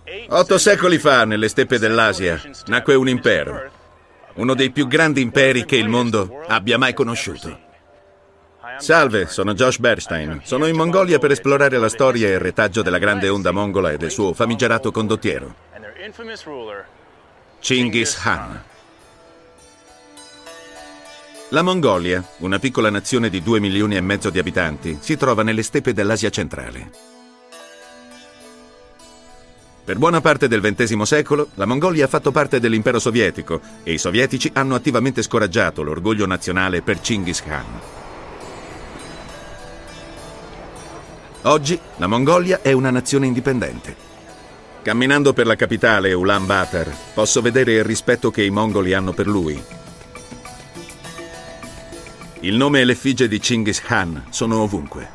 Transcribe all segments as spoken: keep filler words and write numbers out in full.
Otto secoli fa, nelle steppe dell'Asia, nacque un impero. Uno dei più grandi imperi che il mondo abbia mai conosciuto. Salve, sono Josh Bernstein. Sono in Mongolia per esplorare la storia e il retaggio della grande onda mongola e del suo famigerato condottiero, Chinggis Khan. La Mongolia, una piccola nazione di due milioni e mezzo di abitanti, si trova nelle steppe dell'Asia centrale. Per buona parte del ventesimo secolo, la Mongolia ha fatto parte dell'impero sovietico e i sovietici hanno attivamente scoraggiato l'orgoglio nazionale per Chinggis Khan. Oggi la Mongolia è una nazione indipendente. Camminando per la capitale, Ulaanbaatar, posso vedere il rispetto che i mongoli hanno per lui. Il nome e l'effigie di Chinggis Khan sono ovunque.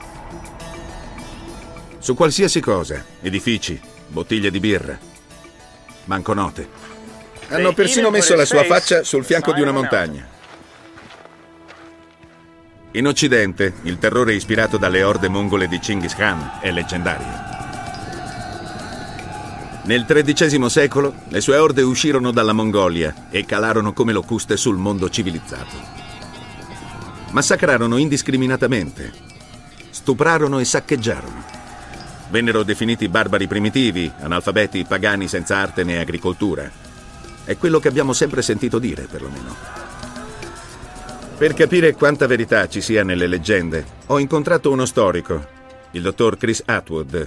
Su qualsiasi cosa, edifici, bottiglie di birra, banconote. Hanno persino messo la sua faccia sul fianco di una montagna. In Occidente, il terrore ispirato dalle orde mongole di Chinggis Khan è leggendario. Nel tredicesimo secolo, le sue orde uscirono dalla Mongolia e calarono come locuste sul mondo civilizzato. Massacrarono indiscriminatamente, stuprarono e saccheggiarono. Vennero definiti barbari primitivi, analfabeti, pagani senza arte né agricoltura. È quello che abbiamo sempre sentito dire, perlomeno. Per capire quanta verità ci sia nelle leggende, ho incontrato uno storico, il dottor Chris Atwood,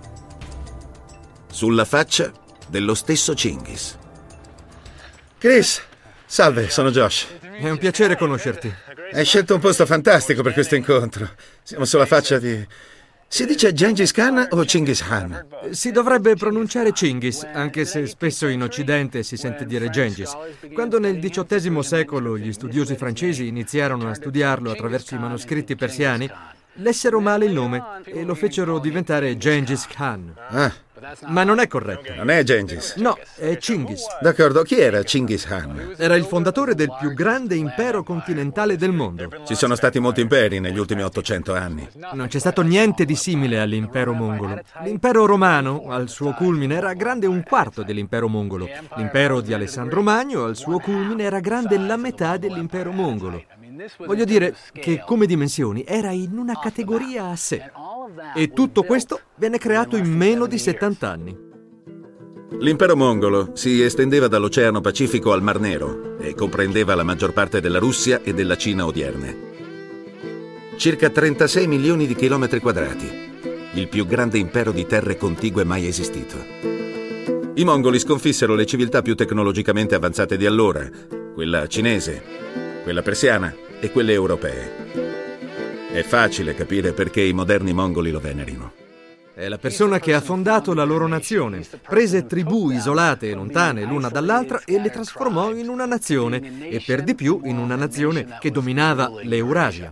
sulla faccia dello stesso Chinggis. Chris, salve, sono Josh. È un piacere conoscerti. Hai scelto un posto fantastico per questo incontro. Siamo sulla faccia di... Si dice Gengis Khan o Chinggis Khan? Si dovrebbe pronunciare Chinggis, anche se spesso in Occidente si sente dire Gengis. Quando nel diciottesimo secolo gli studiosi francesi iniziarono a studiarlo attraverso i manoscritti persiani, lessero male il nome e lo fecero diventare Gengis Khan. Ah. Ma non è corretto. Non è Gengis? No, è Chinggis. D'accordo, chi era Chinggis Khan? Era il fondatore del più grande impero continentale del mondo. Ci sono stati molti imperi negli ultimi ottocento anni. Non c'è stato niente di simile all'impero mongolo. L'impero romano, al suo culmine, era grande un quarto dell'impero mongolo. L'impero di Alessandro Magno, al suo culmine, era grande la metà dell'impero mongolo. Voglio dire che come dimensioni era in una categoria a sé. E tutto questo viene creato in meno di settanta anni. L'impero mongolo si estendeva dall'Oceano Pacifico al Mar Nero e comprendeva la maggior parte della Russia e della Cina odierne. Circa trentasei milioni di chilometri quadrati, il più grande impero di terre contigue mai esistito. I mongoli sconfissero le civiltà più tecnologicamente avanzate di allora, quella cinese, quella persiana e quelle europee. È facile capire perché i moderni mongoli lo venerino. È la persona che ha fondato la loro nazione, prese tribù isolate e lontane l'una dall'altra e le trasformò in una nazione, e per di più in una nazione che dominava l'Eurasia.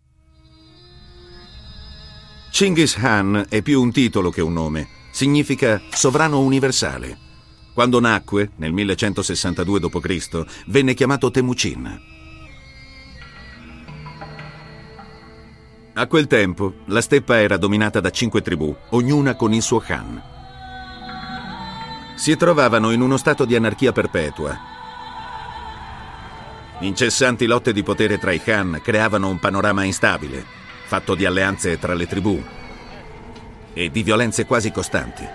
Chinggis Khan è più un titolo che un nome. Significa sovrano universale. Quando nacque, nel millecentosessantadue dopo Cristo, venne chiamato Temucin. A quel tempo, la steppa era dominata da cinque tribù, ognuna con il suo Khan. Si trovavano in uno stato di anarchia perpetua. Incessanti lotte di potere tra i Khan creavano un panorama instabile, fatto di alleanze tra le tribù e di violenze quasi costanti.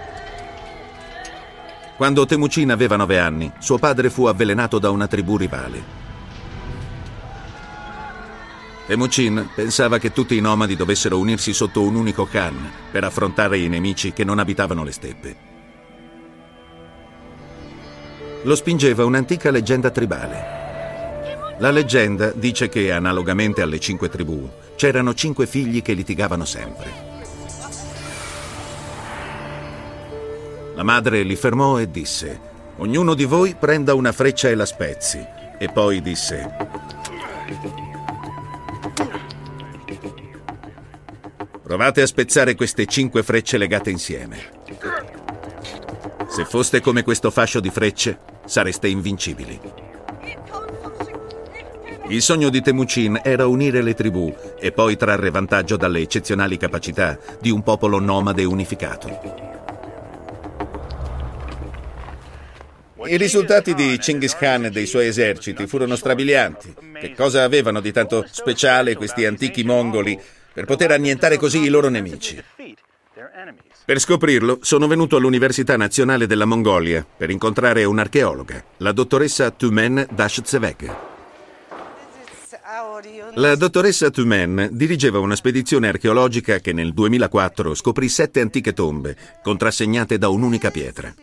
Quando Temucin aveva nove anni, suo padre fu avvelenato da una tribù rivale. Temucin pensava che tutti i nomadi dovessero unirsi sotto un unico Khan per affrontare i nemici che non abitavano le steppe. Lo spingeva un'antica leggenda tribale. La leggenda dice che, analogamente alle cinque tribù, c'erano cinque figli che litigavano sempre. La madre li fermò e disse: «Ognuno di voi prenda una freccia e la spezzi». E poi disse: «Provate a spezzare queste cinque frecce legate insieme. Se foste come questo fascio di frecce, sareste invincibili». Il sogno di Temucin era unire le tribù e poi trarre vantaggio dalle eccezionali capacità di un popolo nomade unificato. I risultati di Chinghis Khan e dei suoi eserciti furono strabilianti. Che cosa avevano di tanto speciale questi antichi mongoli per poter annientare così i loro nemici? Per scoprirlo, sono venuto all'Università Nazionale della Mongolia per incontrare un'archeologa, la dottoressa Tumen Dashtseveg. La dottoressa Tumen dirigeva una spedizione archeologica che nel duemilaquattro scoprì sette antiche tombe, contrassegnate da un'unica pietra.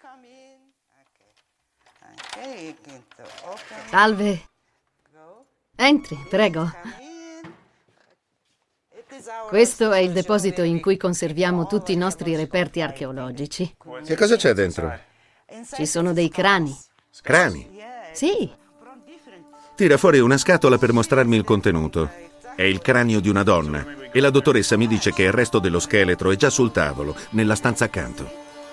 Salve. Entri, prego. Questo è il deposito in cui conserviamo tutti i nostri reperti archeologici. Che cosa c'è dentro? Ci sono dei crani. Crani? Sì. Tira fuori una scatola per mostrarmi il contenuto. È il cranio di una donna e la dottoressa mi dice che il resto dello scheletro è già sul tavolo, nella stanza accanto.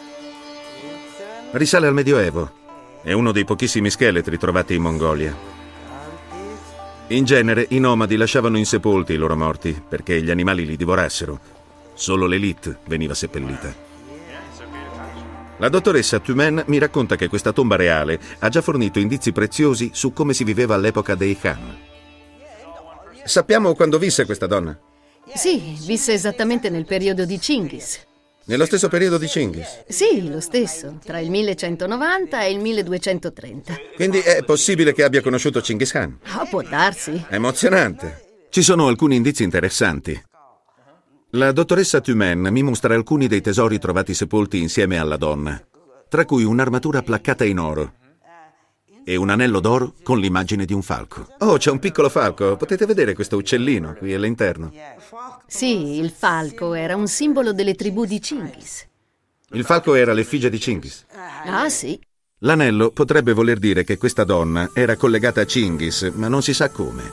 Risale al Medioevo. È uno dei pochissimi scheletri trovati in Mongolia. In genere i nomadi lasciavano insepolti i loro morti perché gli animali li divorassero. Solo l'élite veniva seppellita. La dottoressa Tumen mi racconta che questa tomba reale ha già fornito indizi preziosi su come si viveva all'epoca dei Khan. Sappiamo quando visse questa donna? Sì, visse esattamente nel periodo di Chinghis. Nello stesso periodo di Chinghis? Sì, lo stesso, tra il millecentonovanta e il milleduecentotrenta. Quindi è possibile che abbia conosciuto Chinghis Khan? Oh, può darsi. Emozionante. Ci sono alcuni indizi interessanti. La dottoressa Tumen mi mostra alcuni dei tesori trovati sepolti insieme alla donna, tra cui un'armatura placcata in oro e un anello d'oro con l'immagine di un falco. Oh, c'è un piccolo falco. Potete vedere questo uccellino qui all'interno? Sì, il falco era un simbolo delle tribù di Chinghis. Il falco era l'effigie di Chinghis? Ah, sì. L'anello potrebbe voler dire che questa donna era collegata a Chinghis, ma non si sa come.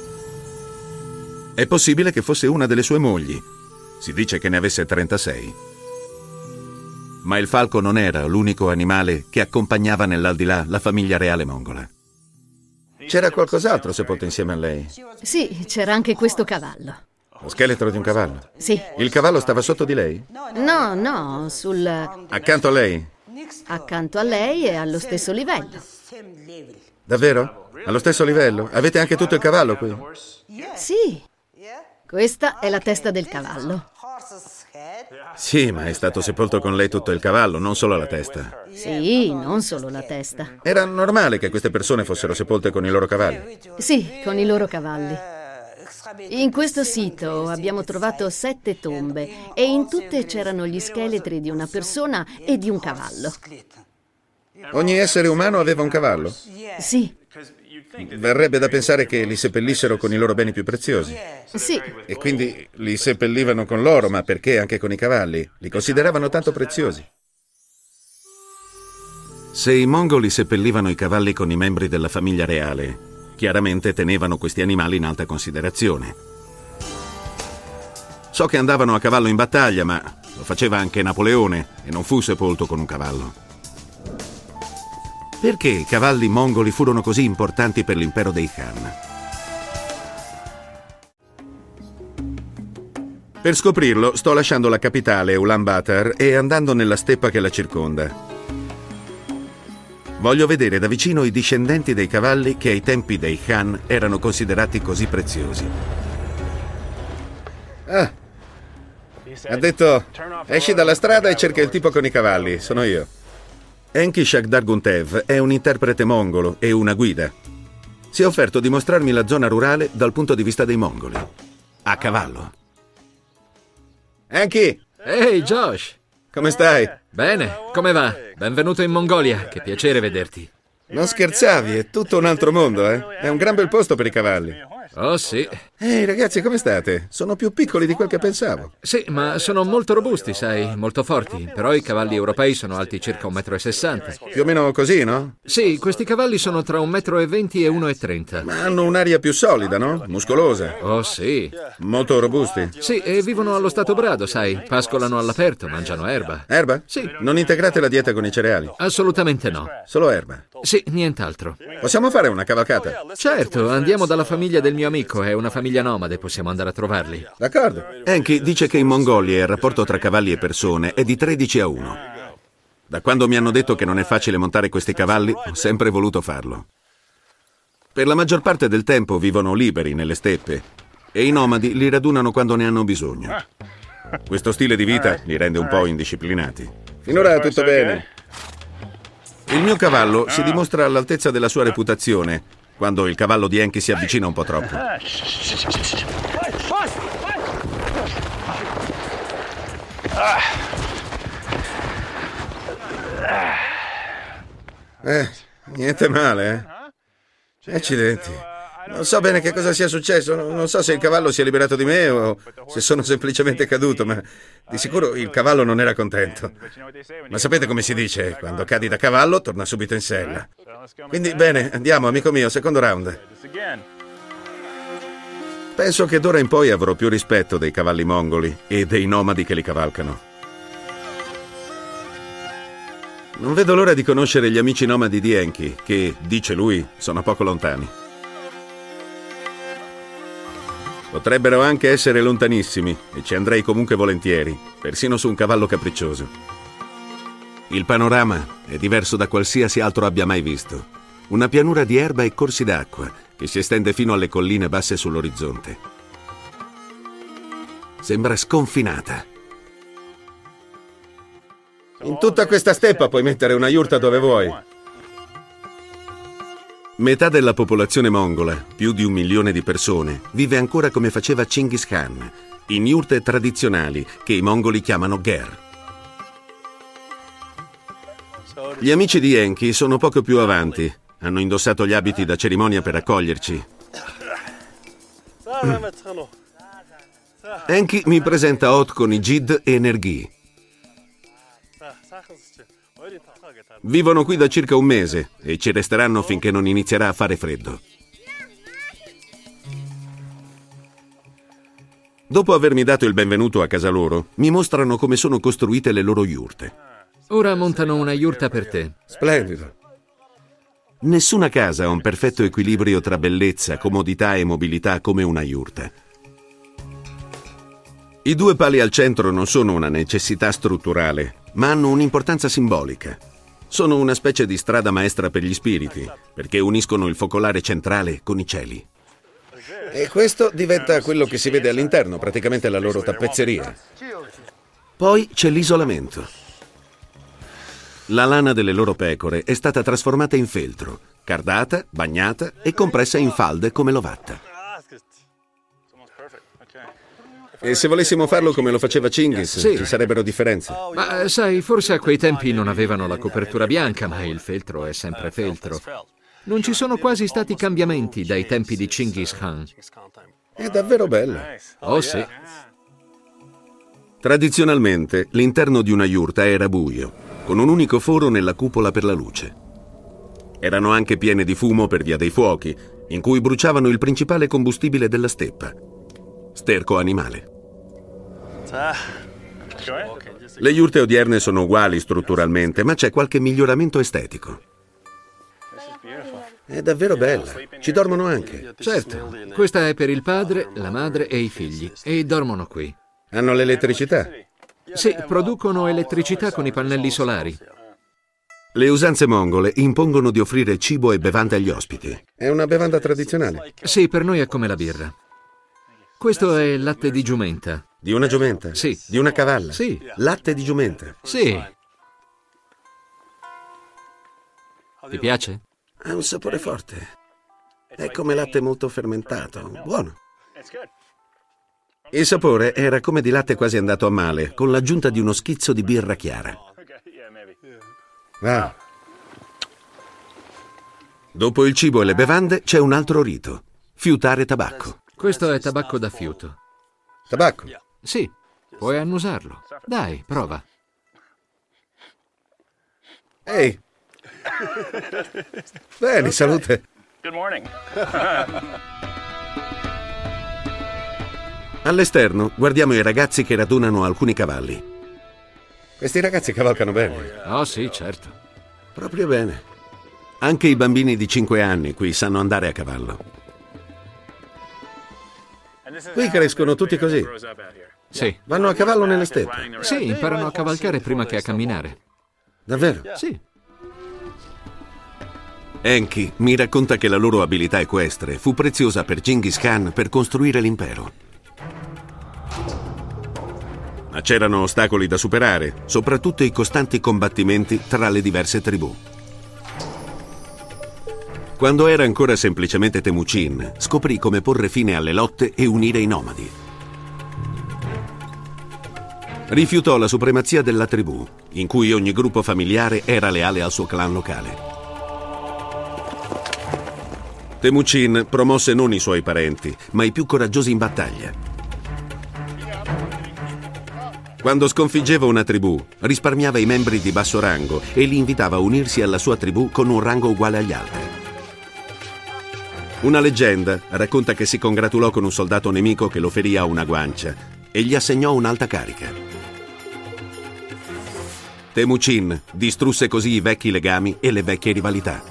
È possibile che fosse una delle sue mogli. Si dice che ne avesse trentasei. Ma il falco non era l'unico animale che accompagnava nell'aldilà la famiglia reale mongola. C'era qualcos'altro sepolto insieme a lei? Sì, c'era anche questo cavallo. Lo scheletro di un cavallo? Sì. Il cavallo stava sotto di lei? No, no, sul... Accanto a lei? Accanto a lei e allo stesso livello. Davvero? Allo stesso livello? Avete anche tutto il cavallo qui? Sì. Questa è la testa del cavallo. Sì, ma è stato sepolto con lei tutto il cavallo, non solo la testa. Sì, non solo la testa. Era normale che queste persone fossero sepolte con i loro cavalli? Sì, con i loro cavalli. In questo sito abbiamo trovato sette tombe e in tutte c'erano gli scheletri di una persona e di un cavallo. Ogni essere umano aveva un cavallo? Sì. Verrebbe da pensare che li seppellissero con i loro beni più preziosi. Sì. E quindi li seppellivano con l'oro, ma perché anche con i cavalli? Li consideravano tanto preziosi. Se i mongoli seppellivano i cavalli con i membri della famiglia reale, chiaramente tenevano questi animali in alta considerazione. So che andavano a cavallo in battaglia, ma lo faceva anche Napoleone e non fu sepolto con un cavallo. Perché i cavalli mongoli furono così importanti per l'impero dei Khan? Per scoprirlo, sto lasciando la capitale, Ulaanbaatar, e andando nella steppa che la circonda. Voglio vedere da vicino i discendenti dei cavalli che ai tempi dei Khan erano considerati così preziosi. Ah, ha detto, esci dalla strada e cerca il tipo con i cavalli, sono io. Enki Shakdarguntev è un interprete mongolo e una guida. Si è offerto di mostrarmi la zona rurale dal punto di vista dei mongoli. A cavallo. Enki! Ehi, Josh! Come stai? Bene, come va? Benvenuto in Mongolia, che piacere vederti. Non scherzavi, è tutto un altro mondo, eh? È un gran bel posto per i cavalli. Oh sì. Ehi ragazzi, come state? Sono più piccoli di quel che pensavo. Sì, ma sono molto robusti, sai, molto forti. Però i cavalli europei sono alti circa un metro e sessanta. Più o meno così, no? Sì, questi cavalli sono tra un metro e venti e uno e trenta. Ma hanno un'aria più solida, no? Muscolosa. Oh sì. Molto robusti. Sì, e vivono allo stato brado, sai. Pascolano all'aperto, mangiano erba. Erba? Sì. Non integrate la dieta con i cereali? Assolutamente no. Solo erba? Sì, nient'altro. Possiamo fare una cavalcata? Certo, andiamo dalla famiglia del mio amico, è una famiglia nomade, possiamo andare a trovarli. D'accordo. Enki dice che in Mongolia il rapporto tra cavalli e persone è di tredici a uno. Da quando mi hanno detto che non è facile montare questi cavalli, ho sempre voluto farlo. Per la maggior parte del tempo vivono liberi nelle steppe e i nomadi li radunano quando ne hanno bisogno. Questo stile di vita li rende un po' indisciplinati. Finora tutto bene. Il mio cavallo si dimostra all'altezza della sua reputazione quando il cavallo di Enki si avvicina un po' troppo. Eh, niente male, eh? Accidenti. Non so bene che cosa sia successo, non so se il cavallo si è liberato di me o se sono semplicemente caduto, ma di sicuro il cavallo non era contento. Ma sapete come si dice? Quando cadi da cavallo, torna subito in sella. Quindi, bene, andiamo, amico mio, secondo round. Penso che d'ora in poi avrò più rispetto dei cavalli mongoli e dei nomadi che li cavalcano. Non vedo l'ora di conoscere gli amici nomadi di Enki, che, dice lui, sono poco lontani. Potrebbero anche essere lontanissimi e ci andrei comunque volentieri, persino su un cavallo capriccioso. Il panorama è diverso da qualsiasi altro abbia mai visto. Una pianura di erba e corsi d'acqua che si estende fino alle colline basse sull'orizzonte. Sembra sconfinata. In tutta questa steppa puoi mettere una yurta dove vuoi. Metà della popolazione mongola, più di un milione di persone, vive ancora come faceva Chinggis Khan, in yurte tradizionali che i mongoli chiamano ger. Gli amici di Enki sono poco più avanti. Hanno indossato gli abiti da cerimonia per accoglierci. Enki mi presenta Ot con i Jid e Nerghi. Vivono qui da circa un mese e ci resteranno finché non inizierà a fare freddo. Dopo avermi dato il benvenuto a casa loro, mi mostrano come sono costruite le loro yurte. Ora montano una yurta per te. Splendido. Nessuna casa ha un perfetto equilibrio tra bellezza, comodità e mobilità come una yurta. I due pali al centro non sono una necessità strutturale, ma hanno un'importanza simbolica. Sono una specie di strada maestra per gli spiriti, perché uniscono il focolare centrale con i cieli. E questo diventa quello che si vede all'interno, praticamente la loro tappezzeria. Poi c'è l'isolamento. La lana delle loro pecore è stata trasformata in feltro, cardata, bagnata e compressa in falde come l'ovatta. E se volessimo farlo come lo faceva Chinggis, sì, ci sarebbero differenze. Ma sai, forse a quei tempi non avevano la copertura bianca, ma il feltro è sempre feltro. Non ci sono quasi stati cambiamenti dai tempi di Chinggis Khan. È davvero bello. Oh sì. Tradizionalmente, l'interno di una yurta era buio, con un unico foro nella cupola per la luce. Erano anche piene di fumo per via dei fuochi, in cui bruciavano il principale combustibile della steppa, sterco animale. Le yurte odierne sono uguali strutturalmente, ma c'è qualche miglioramento estetico. È davvero bella. Ci dormono anche. Certo, questa è per il padre, la madre e i figli, e dormono qui. Hanno l'elettricità? Sì, producono elettricità con i pannelli solari. Le usanze mongole impongono di offrire cibo e bevande agli ospiti. È una bevanda tradizionale? Sì, per noi è come la birra. Questo è il latte di giumenta. Di una giumenta? Sì. Di una cavalla? Sì. Latte di giumenta? Sì. Ti piace? Ha un sapore forte. È come latte molto fermentato. Buono. Il sapore era come di latte quasi andato a male, con l'aggiunta di uno schizzo di birra chiara. Wow. Dopo il cibo e le bevande c'è un altro rito: fiutare tabacco. Questo è tabacco da fiuto. Tabacco? Sì, puoi annusarlo. Dai, prova. Ehi! Bene, salute. Good morning. All'esterno guardiamo i ragazzi che radunano alcuni cavalli. Questi ragazzi cavalcano bene. Oh sì, certo. Proprio bene. Anche i bambini di cinque anni qui sanno andare a cavallo. Qui crescono tutti così. Sì. Vanno a cavallo nelle steppe. Sì, imparano a cavalcare prima che a camminare. Davvero? Sì. Enki mi racconta che la loro abilità equestre fu preziosa per Genghis Khan per costruire l'impero. Ma c'erano ostacoli da superare, soprattutto i costanti combattimenti tra le diverse tribù. Quando era ancora semplicemente Temucin, scoprì come porre fine alle lotte e unire i nomadi. Rifiutò la supremazia della tribù, in cui ogni gruppo familiare era leale al suo clan locale. Temucin promosse non i suoi parenti, ma i più coraggiosi in battaglia. Quando sconfiggeva una tribù, risparmiava i membri di basso rango e li invitava a unirsi alla sua tribù con un rango uguale agli altri. Una leggenda racconta che si congratulò con un soldato nemico che lo ferì a una guancia e gli assegnò un'alta carica. Temucin distrusse così i vecchi legami e le vecchie rivalità.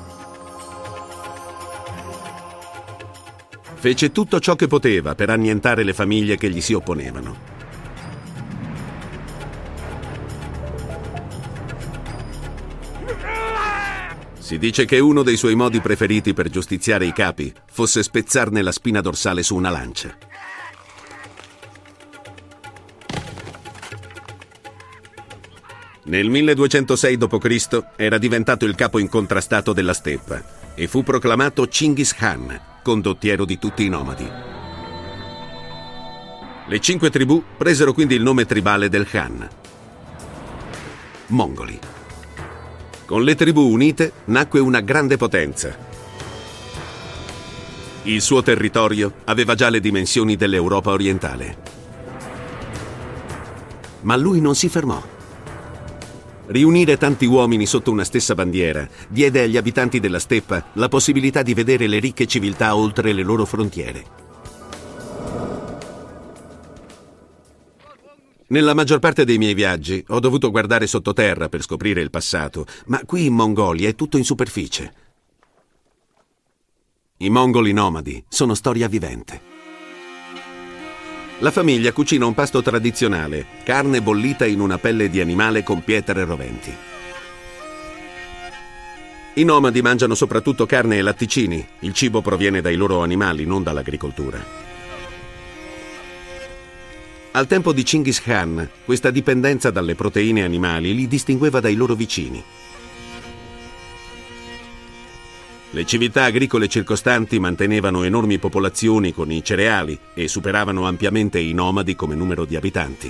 Fece tutto ciò che poteva per annientare le famiglie che gli si opponevano. Si dice che uno dei suoi modi preferiti per giustiziare i capi fosse spezzarne la spina dorsale su una lancia. Nel milleduecentosei dopo Cristo era diventato il capo incontrastato della steppa e fu proclamato Genghis Khan, condottiero di tutti i nomadi. Le cinque tribù presero quindi il nome tribale del Khan: Mongoli. Con le tribù unite nacque una grande potenza. Il suo territorio aveva già le dimensioni dell'Europa orientale. Ma lui non si fermò. Riunire tanti uomini sotto una stessa bandiera diede agli abitanti della steppa la possibilità di vedere le ricche civiltà oltre le loro frontiere. Nella maggior parte dei miei viaggi ho dovuto guardare sottoterra per scoprire il passato, ma qui in Mongolia è tutto in superficie. I mongoli nomadi sono storia vivente. La famiglia cucina un pasto tradizionale, carne bollita in una pelle di animale con pietre roventi. I nomadi mangiano soprattutto carne e latticini. Il cibo proviene dai loro animali, non dall'agricoltura. Al tempo di Genghis Khan, questa dipendenza dalle proteine animali li distingueva dai loro vicini. Le civiltà agricole circostanti mantenevano enormi popolazioni con i cereali e superavano ampiamente i nomadi come numero di abitanti.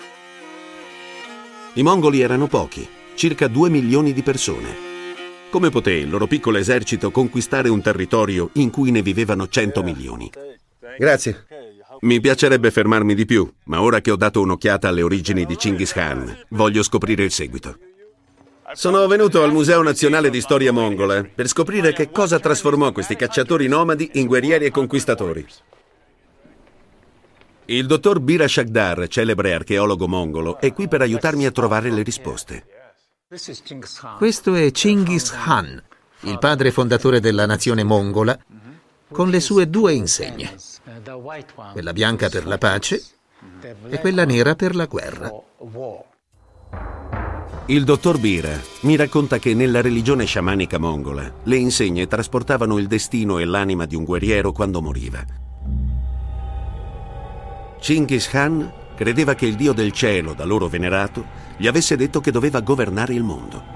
I mongoli erano pochi, circa due milioni di persone. Come poté il loro piccolo esercito conquistare un territorio in cui ne vivevano cento milioni? Grazie. Mi piacerebbe fermarmi di più, ma ora che ho dato un'occhiata alle origini di Genghis Khan, voglio scoprire il seguito. Sono venuto al Museo Nazionale di Storia Mongola per scoprire che cosa trasformò questi cacciatori nomadi in guerrieri e conquistatori. Il dottor Bira Shagdar, celebre archeologo mongolo, è qui per aiutarmi a trovare le risposte. Questo è Genghis Khan, il padre fondatore della nazione mongola, con le sue due insegne, quella bianca per la pace e quella nera per la guerra. Il dottor Bira mi racconta che nella religione sciamanica mongola le insegne trasportavano il destino e l'anima di un guerriero quando moriva. Genghis Khan credeva che il dio del cielo, da loro venerato, gli avesse detto che doveva governare il mondo.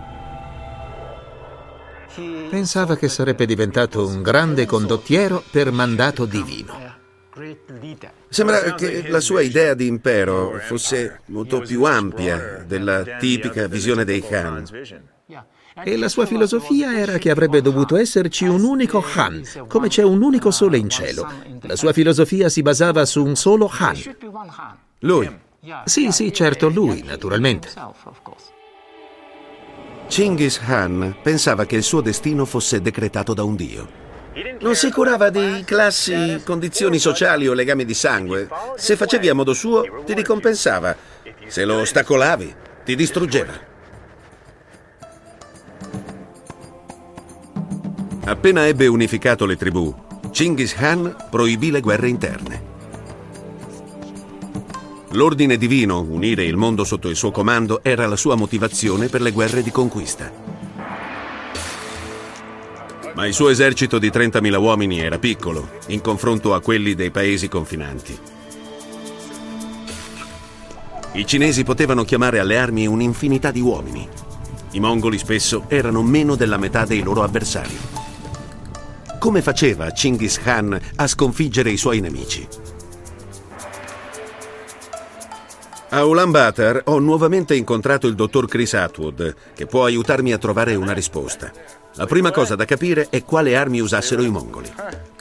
Pensava che sarebbe diventato un grande condottiero per mandato divino. Sembra che la sua idea di impero fosse molto più ampia della tipica visione dei Khan. E la sua filosofia era che avrebbe dovuto esserci un unico Khan, come c'è un unico sole in cielo. La sua filosofia si basava su un solo Khan. Lui? Sì, sì, certo, lui, naturalmente. Genghis Khan pensava che il suo destino fosse decretato da un dio. Non si curava di classi, condizioni sociali o legami di sangue. Se facevi a modo suo, ti ricompensava. Se lo ostacolavi, ti distruggeva. Appena ebbe unificato le tribù, Genghis Khan proibì le guerre interne. L'ordine divino, unire il mondo sotto il suo comando, era la sua motivazione per le guerre di conquista. Ma il suo esercito di trentamila uomini era piccolo in confronto a quelli dei paesi confinanti. I cinesi potevano chiamare alle armi un'infinità di uomini. I mongoli spesso erano meno della metà dei loro avversari. Come faceva Chinghis Khan a sconfiggere i suoi nemici? A Ulaanbaatar ho nuovamente incontrato il dottor Chris Atwood, che può aiutarmi a trovare una risposta. La prima cosa da capire è quale armi usassero i mongoli.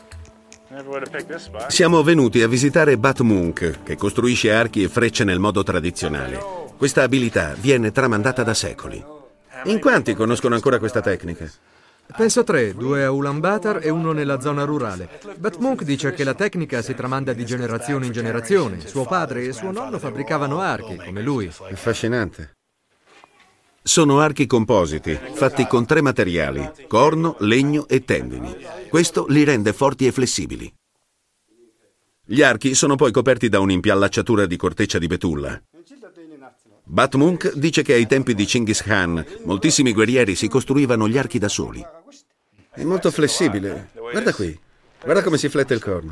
Siamo venuti a visitare Bat Munk, che costruisce archi e frecce nel modo tradizionale. Questa abilità viene tramandata da secoli. In quanti conoscono ancora questa tecnica? Penso tre, due a Ulaanbaatar e uno nella zona rurale. Bat Munk dice che la tecnica si tramanda di generazione in generazione. Suo padre e suo nonno fabbricavano archi, come lui. Affascinante. Sono archi compositi, fatti con tre materiali: corno, legno e tendini. Questo li rende forti e flessibili. Gli archi sono poi coperti da un'impiallacciatura di corteccia di betulla. Bat Munk dice che ai tempi di Chinghis Khan moltissimi guerrieri si costruivano gli archi da soli. È molto flessibile. Guarda qui. Guarda come si flette il corno.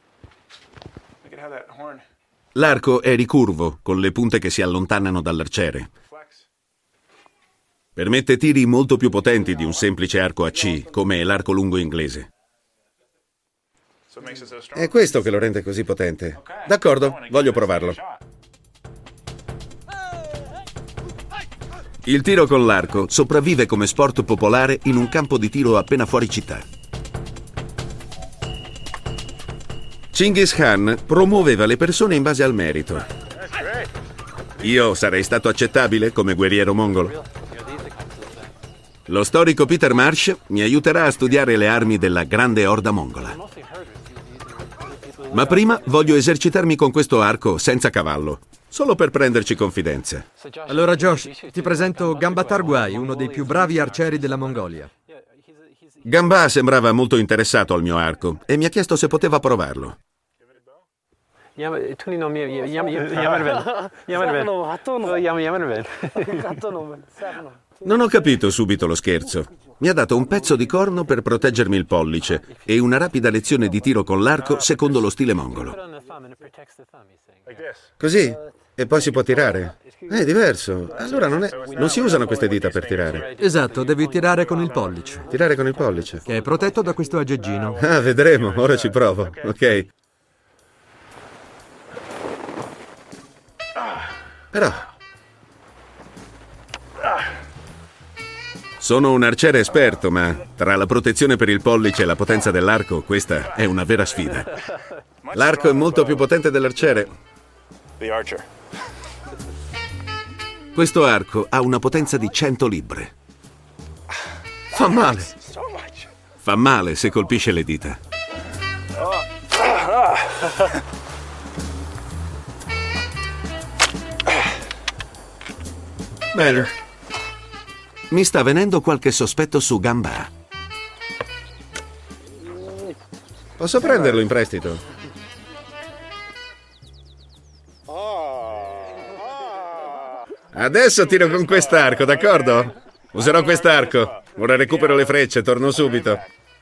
L'arco è ricurvo, con le punte che si allontanano dall'arciere. Permette tiri molto più potenti di un semplice arco a C, come l'arco lungo inglese. È questo che lo rende così potente. D'accordo, voglio provarlo. Il tiro con l'arco sopravvive come sport popolare in un campo di tiro appena fuori città. Chinghis Khan promuoveva le persone in base al merito. Io sarei stato accettabile come guerriero mongolo? Lo storico Peter Marsh mi aiuterà a studiare le armi della grande orda mongola. Ma prima voglio esercitarmi con questo arco senza cavallo, solo per prenderci confidenza. Allora Josh, ti presento Gamba Targuai, uno dei più bravi arcieri della Mongolia. Gamba sembrava molto interessato al mio arco e mi ha chiesto se poteva provarlo. Non ho capito subito lo scherzo. Mi ha dato un pezzo di corno per proteggermi il pollice e una rapida lezione di tiro con l'arco secondo lo stile mongolo. Così? E poi si può tirare? È diverso. Allora non, è... non si usano queste dita per tirare. Esatto, devi tirare con il pollice. Tirare con il pollice? Che è protetto da questo aggeggino. Ah, vedremo. Ora ci provo. Ok. Però... Sono un arciere esperto, ma tra la protezione per il pollice e la potenza dell'arco, questa è una vera sfida. L'arco è molto più potente dell'arciere. Questo arco ha una potenza di cento libbre. Fa male. Fa male se colpisce le dita. Bene. Mi sta venendo qualche sospetto su Gamba. Posso prenderlo in prestito? Adesso tiro con quest'arco, d'accordo? Userò quest'arco. Ora recupero le frecce, torno subito.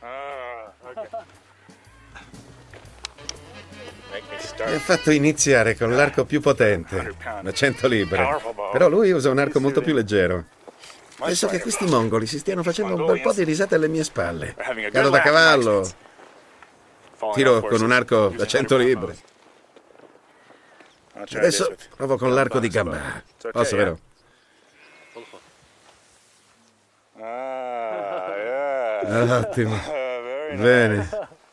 Mi ha fatto iniziare con l'arco più potente, da cento libbre. Però lui usa un arco molto più leggero. Penso che questi mongoli si stiano facendo un bel po' di risate alle mie spalle. Cado da cavallo. Tiro con un arco da cento libbre. Adesso provo con l'arco di Gamba. Posso, vero? Ottimo. Bene.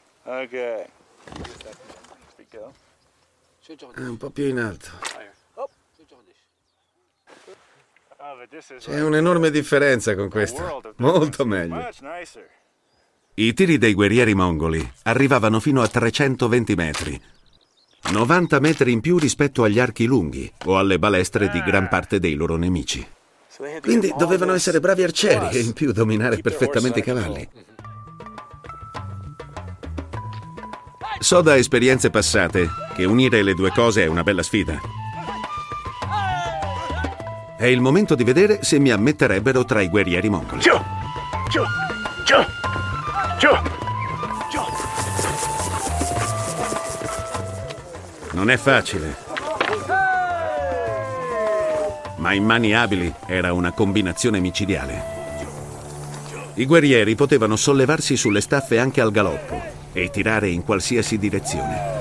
Un po' più in alto. C'è un'enorme differenza con questo. Molto meglio. I tiri dei guerrieri mongoli arrivavano fino a trecentoventi metri. novanta metri in più rispetto agli archi lunghi o alle balestre di gran parte dei loro nemici. Quindi dovevano essere bravi arcieri e in più dominare perfettamente i cavalli. So da esperienze passate che unire le due cose è una bella sfida. È il momento di vedere se mi ammetterebbero tra i guerrieri mongoli. Giù! Giù! Giù! Giù! Giù! Non è facile. Ma in mani abili era una combinazione micidiale. I guerrieri potevano sollevarsi sulle staffe anche al galoppo e tirare in qualsiasi direzione.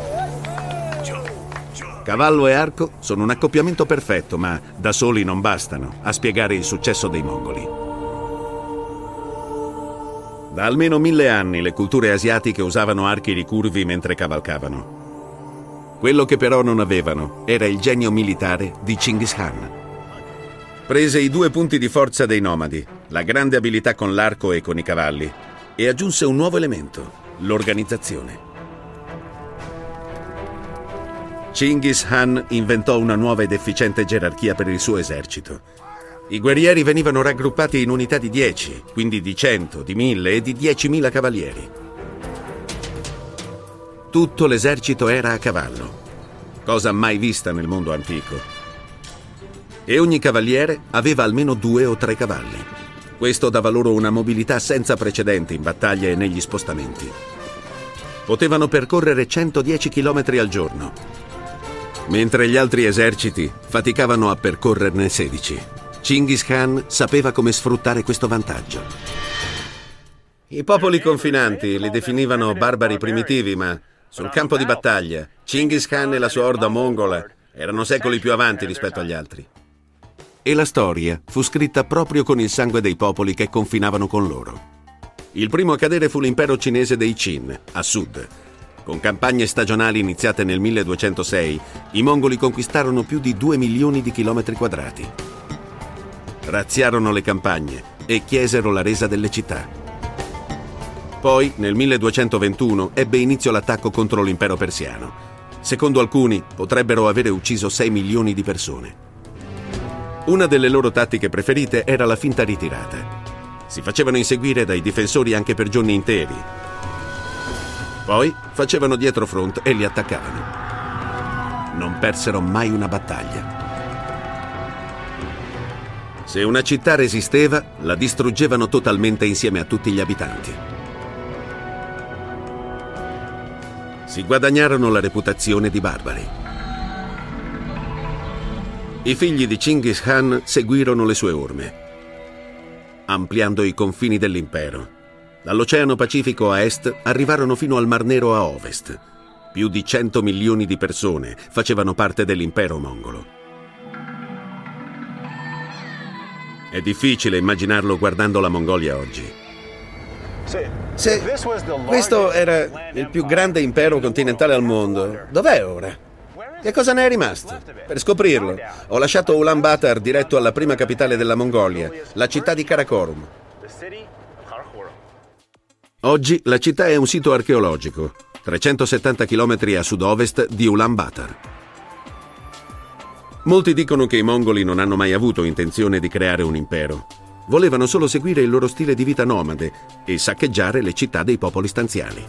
Cavallo e arco sono un accoppiamento perfetto, ma da soli non bastano a spiegare il successo dei mongoli. Da almeno mille anni le culture asiatiche usavano archi ricurvi mentre cavalcavano. Quello che però non avevano era il genio militare di Chinggis Khan. Prese i due punti di forza dei nomadi, la grande abilità con l'arco e con i cavalli, e aggiunse un nuovo elemento, l'organizzazione. Chinggis Khan inventò una nuova ed efficiente gerarchia per il suo esercito. I guerrieri venivano raggruppati in unità di dieci, quindi di cento, di mille e di diecimila cavalieri. Tutto l'esercito era a cavallo, cosa mai vista nel mondo antico. E ogni cavaliere aveva almeno due o tre cavalli. Questo dava loro una mobilità senza precedenti in battaglie e negli spostamenti. Potevano percorrere centodieci chilometri al giorno, mentre gli altri eserciti faticavano a percorrerne sedici. Chinggis Khan sapeva come sfruttare questo vantaggio. I popoli confinanti li definivano barbari primitivi, ma sul campo di battaglia Chinggis Khan e la sua orda mongola erano secoli più avanti rispetto agli altri. E la storia fu scritta proprio con il sangue dei popoli che confinavano con loro. Il primo a cadere fu l'impero cinese dei Qin, a sud. Con campagne stagionali iniziate nel milleduecentosei, i mongoli conquistarono più di due milioni di chilometri quadrati. Razziarono le campagne e chiesero la resa delle città. Poi, nel milleduecentoventuno, ebbe inizio l'attacco contro l'impero persiano. Secondo alcuni, potrebbero avere ucciso sei milioni di persone. Una delle loro tattiche preferite era la finta ritirata. Si facevano inseguire dai difensori anche per giorni interi. Poi facevano dietro front e li attaccavano. Non persero mai una battaglia. Se una città resisteva, la distruggevano totalmente insieme a tutti gli abitanti. Si guadagnarono la reputazione di barbari. I figli di Chinggis Khan seguirono le sue orme, ampliando i confini dell'impero. Dall'Oceano Pacifico a est arrivarono fino al Mar Nero a ovest. Più di cento milioni di persone facevano parte dell'impero mongolo. È difficile immaginarlo guardando la Mongolia oggi. Se questo era il più grande impero continentale al mondo, dov'è ora? Che cosa ne è rimasto? Per scoprirlo, ho lasciato Ulaanbaatar diretto alla prima capitale della Mongolia, la città di Karakorum. Oggi la città è un sito archeologico, trecentosettanta chilometri a sud-ovest di Ulaanbaatar. Molti dicono che i mongoli non hanno mai avuto intenzione di creare un impero. Volevano solo seguire il loro stile di vita nomade e saccheggiare le città dei popoli stanziali.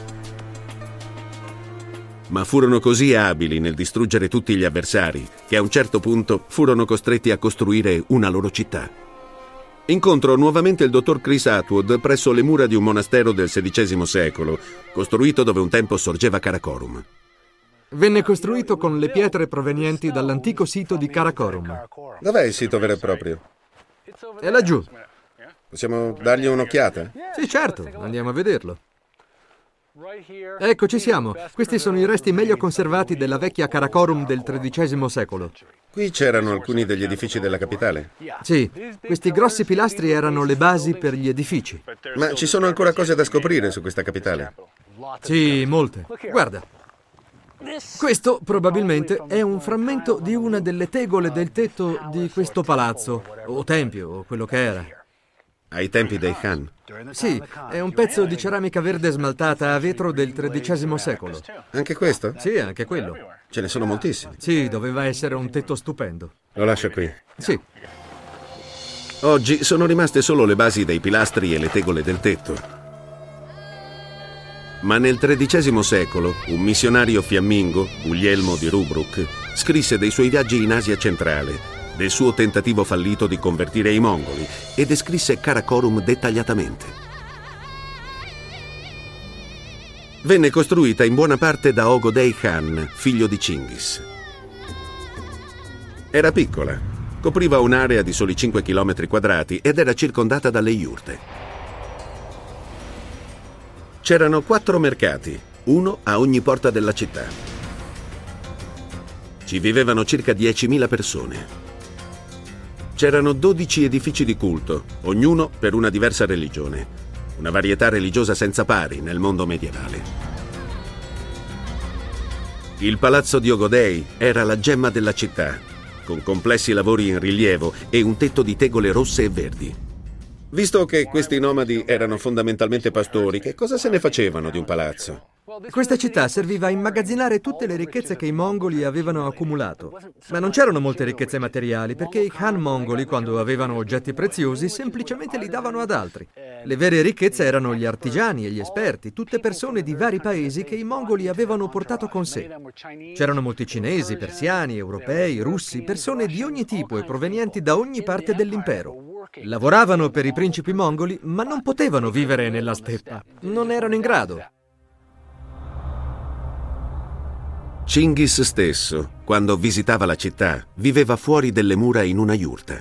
Ma furono così abili nel distruggere tutti gli avversari che a un certo punto furono costretti a costruire una loro città. Incontro nuovamente il dottor Chris Atwood presso le mura di un monastero del sedicesimo secolo, costruito dove un tempo sorgeva Karakorum. Venne costruito con le pietre provenienti dall'antico sito di Karakorum. Dov'è il sito vero e proprio? È laggiù. Possiamo dargli un'occhiata? Sì, certo, andiamo a vederlo. Ecco, ci siamo. Questi sono i resti meglio conservati della vecchia Karakorum del tredicesimo secolo. Qui c'erano alcuni degli edifici della capitale? Sì, questi grossi pilastri erano le basi per gli edifici. Ma ci sono ancora cose da scoprire su questa capitale? Sì, molte. Guarda. Questo probabilmente è un frammento di una delle tegole del tetto di questo palazzo, o tempio, o quello che era. Ai tempi dei Khan? Sì, è un pezzo di ceramica verde smaltata a vetro del tredicesimo secolo. Anche questo? Sì, anche quello. Ce ne sono moltissimi. Sì, doveva essere un tetto stupendo. Lo lascio qui. Sì. Oggi sono rimaste solo le basi dei pilastri e le tegole del tetto. Ma nel tredicesimo secolo un missionario fiammingo, Guglielmo di Rubruck, scrisse dei suoi viaggi in Asia centrale del suo tentativo fallito di convertire i mongoli e descrisse Karakorum dettagliatamente. Venne costruita in buona parte da Ögödei Khan, figlio di Chinghis. Era piccola, copriva un'area di soli cinque chilometri quadrati ed era circondata dalle iurte. C'erano quattro mercati, uno a ogni porta della città. Ci vivevano circa diecimila persone. C'erano dodici edifici di culto, ognuno per una diversa religione, una varietà religiosa senza pari nel mondo medievale. Il palazzo di Ögödei era la gemma della città, con complessi lavori in rilievo e un tetto di tegole rosse e verdi. Visto che questi nomadi erano fondamentalmente pastori, che cosa se ne facevano di un palazzo? Questa città serviva a immagazzinare tutte le ricchezze che i mongoli avevano accumulato. Ma non c'erano molte ricchezze materiali, perché i Khan mongoli, quando avevano oggetti preziosi, semplicemente li davano ad altri. Le vere ricchezze erano gli artigiani e gli esperti, tutte persone di vari paesi che i mongoli avevano portato con sé. C'erano molti cinesi, persiani, europei, russi, persone di ogni tipo e provenienti da ogni parte dell'impero. Lavoravano per i principi mongoli, ma non potevano vivere nella steppa. Non erano in grado. Chinghis stesso, quando visitava la città, viveva fuori delle mura in una iurta.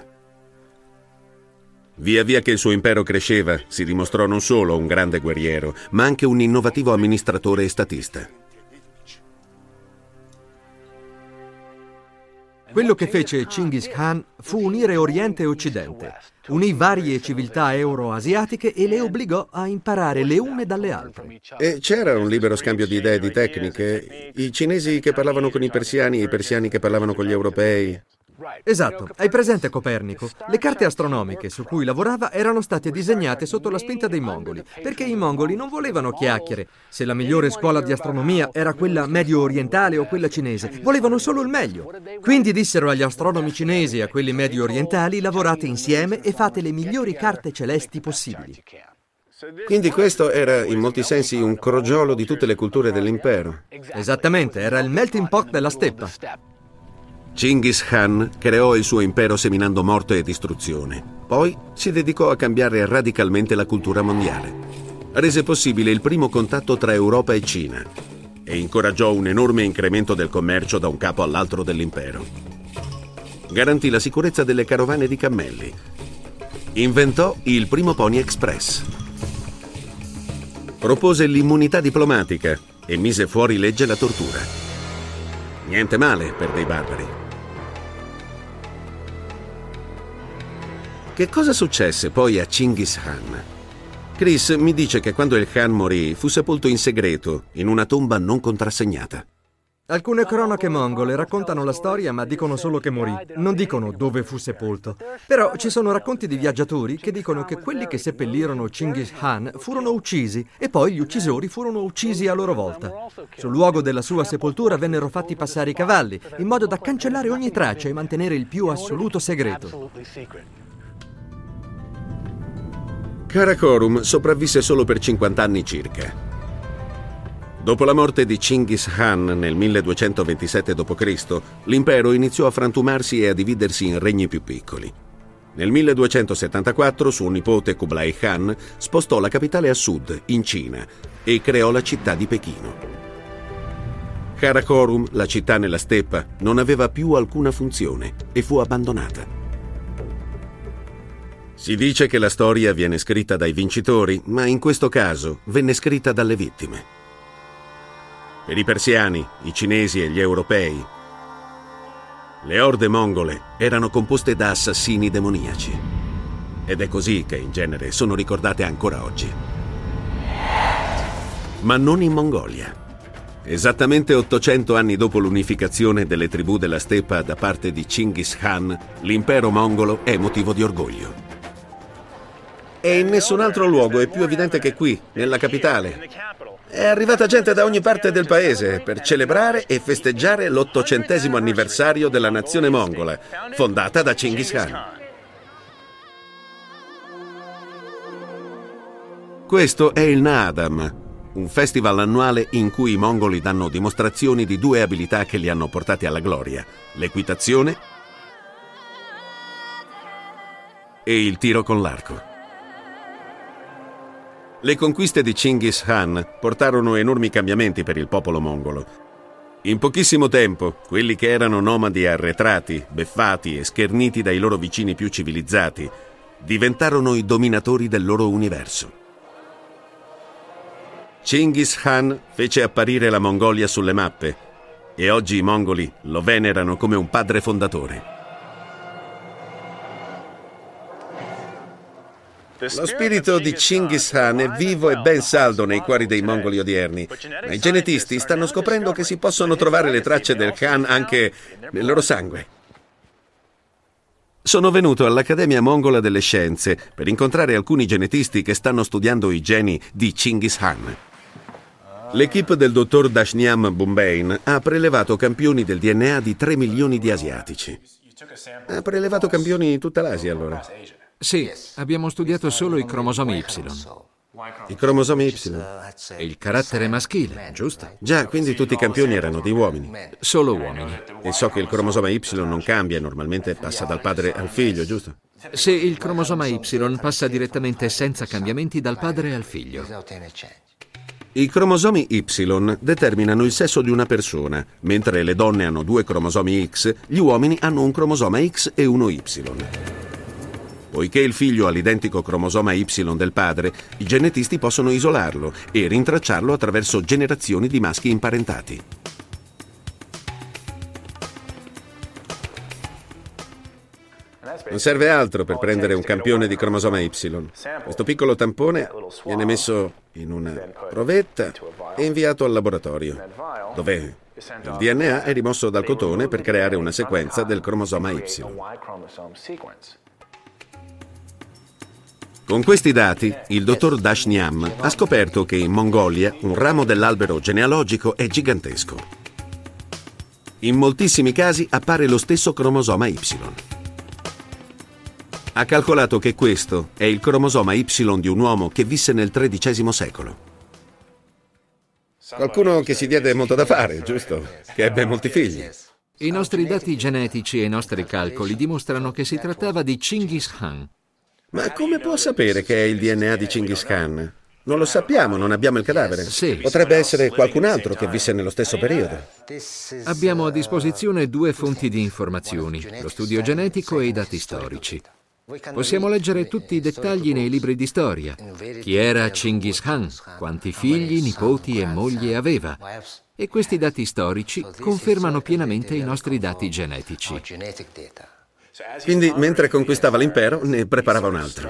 Via via che il suo impero cresceva, si dimostrò non solo un grande guerriero, ma anche un innovativo amministratore e statista. Quello che fece Chinghis Khan fu unire Oriente e Occidente. Unì varie civiltà euroasiatiche e le obbligò a imparare le une dalle altre. E c'era un libero scambio di idee e di tecniche? I cinesi che parlavano con i persiani e i persiani che parlavano con gli europei? Esatto, hai presente Copernico? Le carte astronomiche su cui lavorava erano state disegnate sotto la spinta dei mongoli, perché i mongoli non volevano chiacchiere se la migliore scuola di astronomia era quella medio orientale o quella cinese, volevano solo il meglio. Quindi dissero agli astronomi cinesi e a quelli medio orientali: lavorate insieme e fate le migliori carte celesti possibili. Quindi questo era in molti sensi un crogiolo di tutte le culture dell'impero. Esattamente, era il melting pot della steppa. Chinghis Khan creò il suo impero seminando morte e distruzione. Poi si dedicò a cambiare radicalmente la cultura mondiale. Rese possibile il primo contatto tra Europa e Cina e incoraggiò un enorme incremento del commercio da un capo all'altro dell'impero. Garantì la sicurezza delle carovane di cammelli. Inventò il primo Pony Express. Propose l'immunità diplomatica e mise fuori legge la tortura. Niente male per dei barbari. Che cosa successe poi a Chinghis Khan? Chris mi dice che quando il Khan morì fu sepolto in segreto in una tomba non contrassegnata. Alcune cronache mongole raccontano la storia ma dicono solo che morì, non dicono dove fu sepolto. Però ci sono racconti di viaggiatori che dicono che quelli che seppellirono Chinghis Khan furono uccisi e poi gli uccisori furono uccisi a loro volta. Sul luogo della sua sepoltura vennero fatti passare i cavalli, in modo da cancellare ogni traccia e mantenere il più assoluto segreto. Karakorum sopravvisse solo per cinquanta anni circa. Dopo la morte di Chinghis Khan nel milleduecentoventisette dopo Cristo, l'impero iniziò a frantumarsi e a dividersi in regni più piccoli. Nel milleduecentosettantaquattro suo nipote Kublai Khan spostò la capitale a sud, in Cina, e creò la città di Pechino. Karakorum, la città nella steppa, non aveva più alcuna funzione e fu abbandonata. Si dice che la storia viene scritta dai vincitori, ma in questo caso venne scritta dalle vittime. Per i persiani, i cinesi e gli europei, le orde mongole erano composte da assassini demoniaci. Ed è così che in genere sono ricordate ancora oggi. Ma non in Mongolia. Esattamente ottocento anni dopo l'unificazione delle tribù della steppa da parte di Chinghis Khan, l'impero mongolo è motivo di orgoglio. E in nessun altro luogo è più evidente che qui, nella capitale. È arrivata gente da ogni parte del paese per celebrare e festeggiare l'ottocentesimo anniversario della nazione mongola, fondata da Chinghis Khan. Questo è il Naadam, un festival annuale in cui i mongoli danno dimostrazioni di due abilità che li hanno portati alla gloria: l'equitazione e il tiro con l'arco. Le conquiste di Chinggis Khan portarono enormi cambiamenti per il popolo mongolo. In pochissimo tempo, quelli che erano nomadi arretrati, beffati e scherniti dai loro vicini più civilizzati, diventarono i dominatori del loro universo. Chinggis Khan fece apparire la Mongolia sulle mappe e oggi i mongoli lo venerano come un padre fondatore. Lo spirito di Chinggis Khan è vivo e ben saldo nei cuori dei mongoli odierni, ma i genetisti stanno scoprendo che si possono trovare le tracce del Khan anche nel loro sangue. Sono venuto all'Accademia Mongola delle Scienze per incontrare alcuni genetisti che stanno studiando i geni di Chinggis Khan. L'equipe del dottor Dashniam Bumbain ha prelevato campioni del D N A di tre milioni di asiatici. Ha prelevato campioni in tutta l'Asia, allora? Sì, abbiamo studiato solo i cromosomi Y. I cromosomi Y. E il carattere maschile, giusto? Già, quindi tutti i campioni erano di uomini. Solo uomini. E so che il cromosoma Y non cambia, normalmente passa dal padre al figlio, giusto? Se il cromosoma Y passa direttamente senza cambiamenti dal padre al figlio. I cromosomi Y determinano il sesso di una persona, mentre le donne hanno due cromosomi X, gli uomini hanno un cromosoma X e uno Y. Poiché il figlio ha l'identico cromosoma Y del padre, i genetisti possono isolarlo e rintracciarlo attraverso generazioni di maschi imparentati. Non serve altro per prendere un campione di cromosoma Y. Questo piccolo tampone viene messo in una provetta e inviato al laboratorio, dove il D N A è rimosso dal cotone per creare una sequenza del cromosoma Y. Con questi dati, il dottor Dashniam ha scoperto che in Mongolia un ramo dell'albero genealogico è gigantesco. In moltissimi casi appare lo stesso cromosoma Y. Ha calcolato che questo è il cromosoma Y di un uomo che visse nel tredicesimo secolo. Qualcuno che si diede molto da fare, giusto? Che ebbe molti figli. I nostri dati genetici e i nostri calcoli dimostrano che si trattava di Chinggis Khan. Ma come può sapere che è il D N A di Chinggis Khan? Non lo sappiamo, non abbiamo il cadavere. Sì. Potrebbe essere qualcun altro che visse nello stesso periodo. Abbiamo a disposizione due fonti di informazioni, lo studio genetico e i dati storici. Possiamo leggere tutti i dettagli nei libri di storia. Chi era Chinggis Khan, quanti figli, nipoti e mogli aveva. E questi dati storici confermano pienamente i nostri dati genetici. Quindi, mentre conquistava l'impero, ne preparava un altro.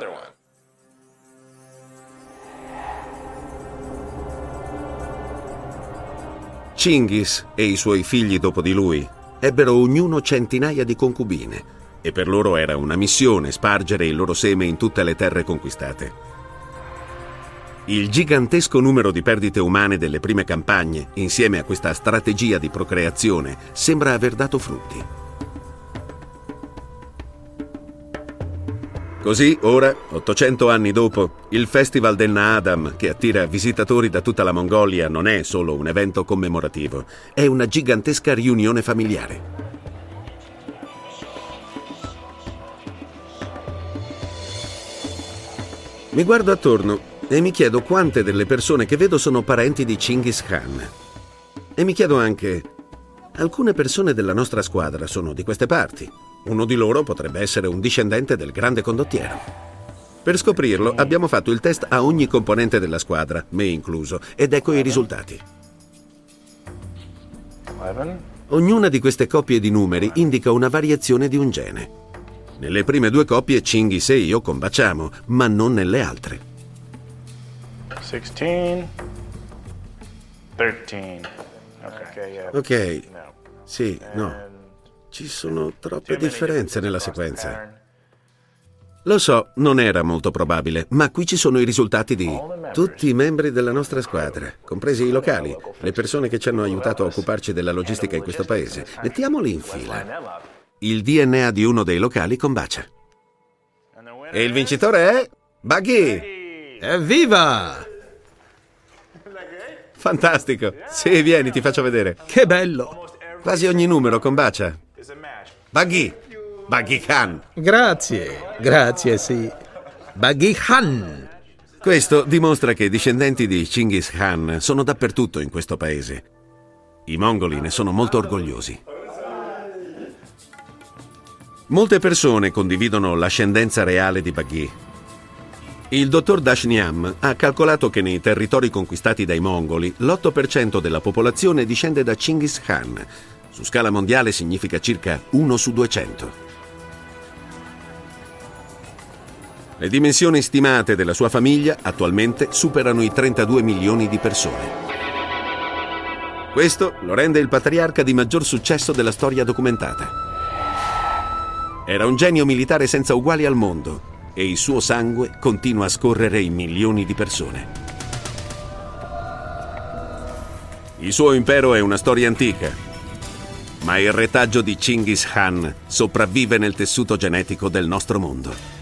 Chinggis e i suoi figli dopo di lui ebbero ognuno centinaia di concubine e per loro era una missione spargere il loro seme in tutte le terre conquistate. Il gigantesco numero di perdite umane delle prime campagne, insieme a questa strategia di procreazione, sembra aver dato frutti. Così, ora, ottocento anni dopo, il Festival del Naadam, che attira visitatori da tutta la Mongolia, non è solo un evento commemorativo, è una gigantesca riunione familiare. Mi guardo attorno e mi chiedo quante delle persone che vedo sono parenti di Chinggis Khan. E mi chiedo anche, alcune persone della nostra squadra sono di queste parti. Uno di loro potrebbe essere un discendente del grande condottiero. Per scoprirlo abbiamo fatto il test a ogni componente della squadra, me incluso, ed ecco i risultati. Ognuna di queste coppie di numeri indica una variazione di un gene. Nelle prime due coppie Chinggis e io combaciamo, ma non nelle altre. sedici, tredici. Ok, sì, no. Ci sono troppe differenze nella sequenza. Lo so, non era molto probabile, ma qui ci sono i risultati di tutti i membri della nostra squadra, compresi i locali, le persone che ci hanno aiutato a occuparci della logistica in questo paese. Mettiamoli in fila. Il D N A di uno dei locali combacia. E il vincitore è Buggy! Evviva! Fantastico! Sì, vieni, ti faccio vedere. Che bello! Quasi ogni numero combacia. Buggy! Baghi Khan. Grazie, grazie, sì. Baghi Khan. Questo dimostra che i discendenti di Chinghis Khan sono dappertutto in questo paese. I mongoli ne sono molto orgogliosi. Molte persone condividono l'ascendenza reale di Baghi. Il dottor Dashniam ha calcolato che nei territori conquistati dai mongoli l'otto per cento della popolazione discende da Chinghis Khan. Su scala mondiale significa circa uno su duecento. Le dimensioni stimate della sua famiglia attualmente superano i trentadue milioni di persone. Questo lo rende il patriarca di maggior successo della storia documentata. Era un genio militare senza uguali al mondo e il suo sangue continua a scorrere in milioni di persone. Il suo impero è una storia antica, ma il retaggio di Chinghis Khan sopravvive nel tessuto genetico del nostro mondo.